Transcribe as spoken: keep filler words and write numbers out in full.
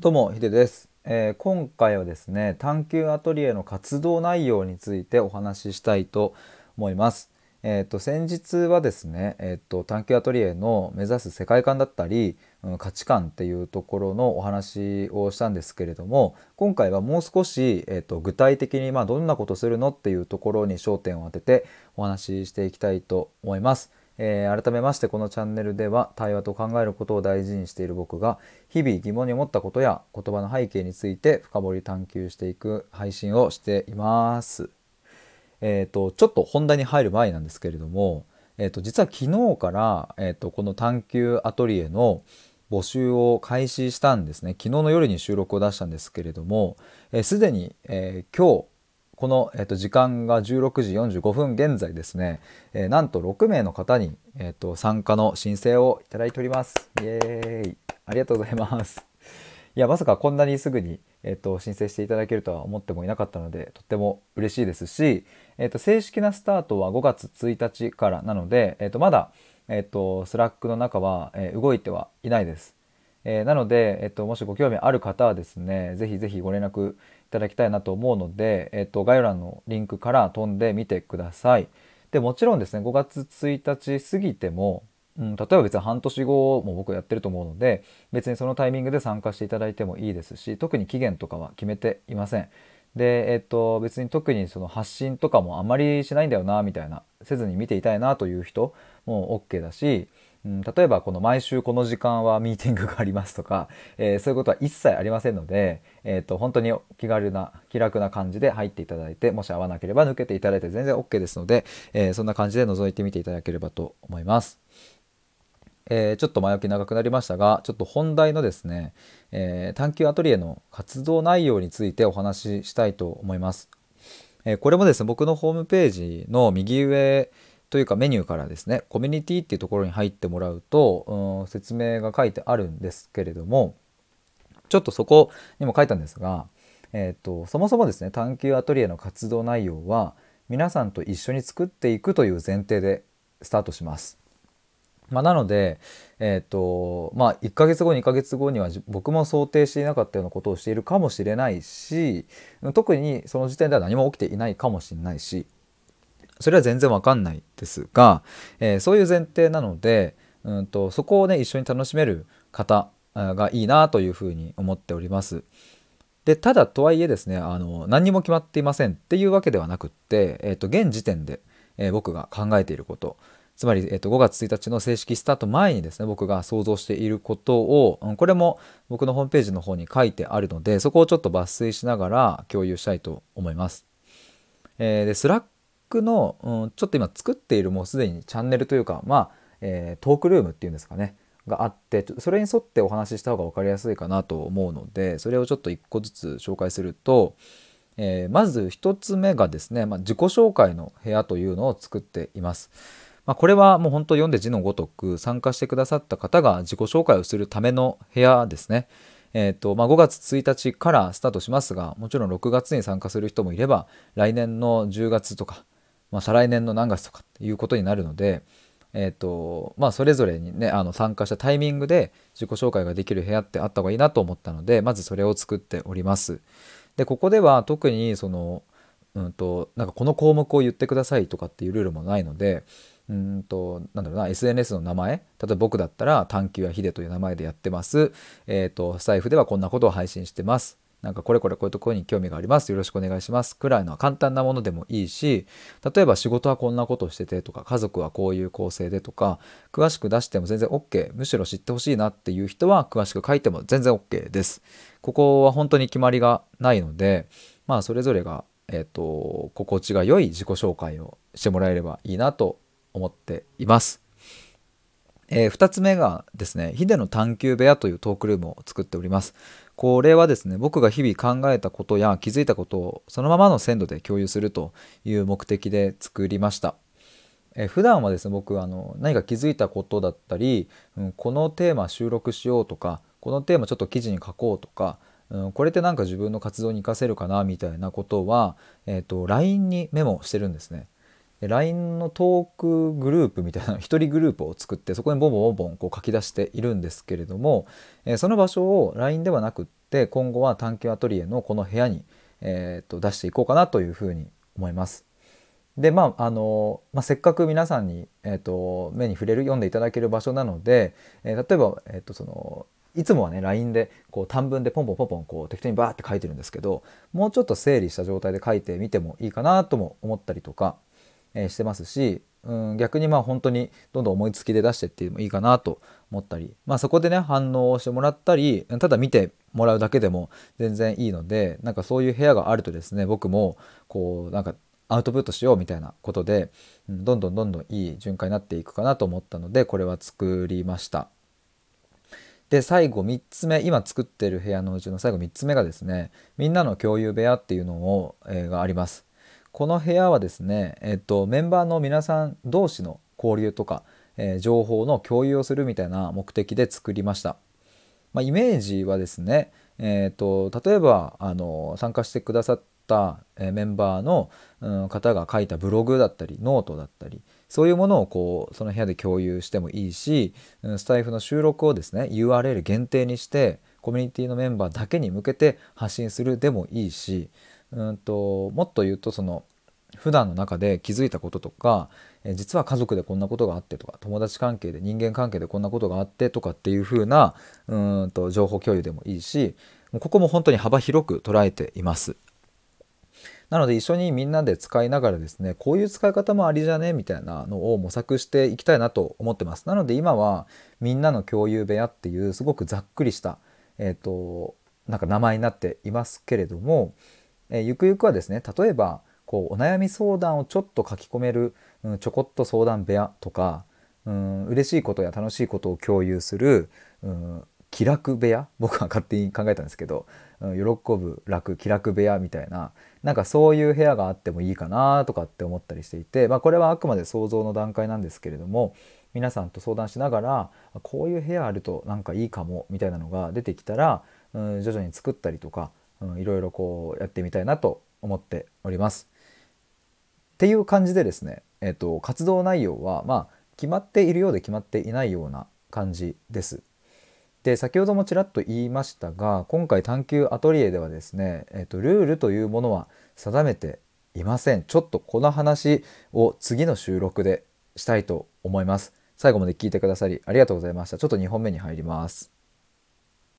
どうもヒデです、えー今回はですね探究アトリエの活動内容についてお話ししたいと思います。えー、と先日はですね、えー、と探究アトリエの目指す世界観だったり、うん価値観っていうところのお話をしたんですけれども、今回はもう少し、えー、と具体的にまあどんなことするのっていうところに焦点を当ててお話ししていきたいと思います。えー改めましてこのチャンネルでは対話と考えることを大事にしている僕が日々疑問に思ったことや言葉の背景について深掘り探求していく配信をしています。えっとちょっと本題に入る前なんですけれども、えっと実は昨日から、えっとこの探究アトリエの募集を開始したんですね。昨日の夜に収録を出したんですけれども、す、えー、で、に、えー今日この、えっと時間がじゅうろくじよんじゅうごふん現在ですね、えーなんとろくめいの方に、えっと参加の申請をいただいております。イエーイ、ありがとうございます。いや、まさかこんなにすぐに、えっと、申請していただけるとは思ってもいなかったので、とっても嬉しいですし、えっと、正式なスタートはごがつついたちからなので、えっと、まだ、えっと、スラックの中は、えー動いてはいないです。えーなので、えっと、もしご興味ある方はですね、ぜひぜひご連絡いただきたいなと思うので、えっと、概要欄のリンクから飛んでみてください。で、もちろんですね、ごがつついたち過ぎても、うん、例えば別に半年後も僕やってると思うので、別にそのタイミングで参加していただいてもいいですし、特に期限とかは決めていません。で、えっと、別に特にその発信とかもあまりしないんだよな、みたいな、せずに見ていたいなという人も OK だし、うん、例えばこの毎週この時間はミーティングがありますとか、えーそういうことは一切ありませんので、えっと、本当に気軽な、気楽な感じで入っていただいて、もし合わなければ抜けていただいて全然 OK ですので、えーそんな感じで覗いてみていただければと思います。えーちょっと前置き長くなりましたが、ちょっと本題のですね、えー探究アトリエの活動内容についてお話ししたいと思います。えーこれもですね、僕のホームページの右上というかメニューからですね、コミュニティっていうところに入ってもらうと、うん説明が書いてあるんですけれども、ちょっとそこにも書いたんですが、えーと、そもそもですね、探究アトリエの活動内容は、皆さんと一緒に作っていくという前提でスタートします。まあ、なので、えっと、まあ、いっかげつご、にかげつごにはじ僕も想定していなかったようなことをしているかもしれないし、特にその時点では何も起きていないかもしれないし、それは全然わかんないですが、えーそういう前提なので、うんと、そこをね、一緒に楽しめる方あがいいなというふうに思っております。で、ただとはいえですね、あの、何にも決まっていませんっていうわけではなくって、えっと、現時点で、えー僕が考えていること、つまり、えっと、ごがつついたちの正式スタート前にですね、僕が想像していることを、うんこれも僕のホームページの方に書いてあるので、そこをちょっと抜粋しながら共有したいと思います。えーで、スラックの、うん、ちょっと今作っているもうすでにチャンネルというか、まあ、えートークルームっていうんですかね、があって、それに沿ってお話しした方が分かりやすいかなと思うので、それをちょっと一個ずつ紹介すると、えーまず一つ目がですね、まあ、自己紹介の部屋というのを作っています。まあ、これはもう本当読んで字のごとく参加してくださった方が自己紹介をするための部屋ですね。えーとまあ、ごがつついたちからスタートしますが、もちろんろくがつに参加する人もいれば、来年のじゅうがつとか、まあ、再来年の何月とかっていうことになるので、えーとまあ、それぞれにね、あの参加したタイミングで自己紹介ができる部屋ってあった方がいいなと思ったので、まずそれを作っております。で、ここでは特にその、うんと、なんかこの項目を言ってくださいとかっていうルールもないので、うんと、なんだろうな、エスエヌエス の名前、例えば僕だったら、探求やヒデという名前でやってます。えっと、スタイフではこんなことを配信してます。なんかこれこれこういうところに興味があります。よろしくお願いします。くらいの簡単なものでもいいし、例えば仕事はこんなことをしててとか、家族はこういう構成でとか、詳しく出しても全然 OK。むしろ知ってほしいなっていう人は詳しく書いても全然 OK です。ここは本当に決まりがないので、まあそれぞれが、えっと、心地が良い自己紹介をしてもらえればいいなと思っています。えー、ふたつめがですね、ヒデの探求部屋というトークルームを作っております。これはですね、僕が日々考えたことや気づいたことをそのままの鮮度で共有するという目的で作りました。えー普段はですね、僕あの何か気づいたことだったり、うん、このテーマ収録しようとか、このテーマちょっと記事に書こうとか、うん、これってなんか自分の活動に活かせるかなみたいなことは、えーと、ライン にメモしてるんですね。 ライン のトークグループみたいな一人グループを作ってそこにボンボンボンボンこう書き出しているんですけれども、えーその場所を ライン ではなくって今後は探究アトリエのこの部屋に、えーと出していこうかなというふうに思います。でまああのまあ、せっかく皆さんに、えーと目に触れる読んでいただける場所なので、えー例えば、えーとそのいつもはね ライン でこう短文でポンポンポンポンこう適当にバーって書いてるんですけど、もうちょっと整理した状態で書いてみてもいいかなとも思ったりとか、えーしてますし、うん、逆にまあ本当にどんどん思いつきで出してってもいいかなと思ったり、まあ、そこでね反応をしてもらったりただ見てもらうだけでも全然いいので、なんかそういう部屋があるとですね、僕もこうなんかアウトプットしようみたいなことで、うん、どんどんどんどんいい循環になっていくかなと思ったのでこれは作りました。で最後みっつめ、今作ってる部屋のうちの最後みっつめがですね、みんなの共有部屋っていうのを、えーがあります。この部屋はですね、えっと、メンバーの皆さん同士の交流とか、えー情報の共有をするみたいな目的で作りました。まあ、イメージはですね、えーと、例えばあの参加してくださったえーメンバーの、うん、方が書いたブログだったりノートだったり、そういうものをこうその部屋で共有してもいいし、うんスタイフの収録をですね ユーアールエル 限定にしてコミュニティのメンバーだけに向けて発信するでもいいし、うんともっと言うとその普段の中で気づいたこととか、え実は家族でこんなことがあってとか友達関係で人間関係でこんなことがあってとかっていう風なうーんと情報共有でもいいし、もうここも本当に幅広く捉えています。なので一緒にみんなで使いながらですね、こういう使い方もありじゃねみたいなのを模索していきたいなと思ってます。なので今はみんなの共有部屋っていうすごくざっくりしたえっ、となんか名前になっていますけれども、えーゆくゆくはですね、例えばこうお悩み相談をちょっと書き込める、うん、ちょこっと相談部屋とか、うん、嬉しいことや楽しいことを共有する、うん、気楽部屋、僕は勝手に考えたんですけど、うん、喜ぶ楽気楽部屋みたいな、なんかそういう部屋があってもいいかなとかって思ったりしていて、まあ、これはあくまで想像の段階なんですけれども、皆さんと相談しながらこういう部屋あるとなんかいいかもみたいなのが出てきたら、うん、徐々に作ったりとか、うん、いろいろこうやってみたいなと思っております。っていう感じでですね、えっと、活動内容はまあ決まっているようで決まっていないような感じです。で、先ほどもちらっと言いましたが、今回探究アトリエではですね、えっと、ルールというものは定めていません。ちょっとこの話を次の収録でしたいと思います。最後まで聞いてくださりありがとうございました。ちょっとにほんめに入ります。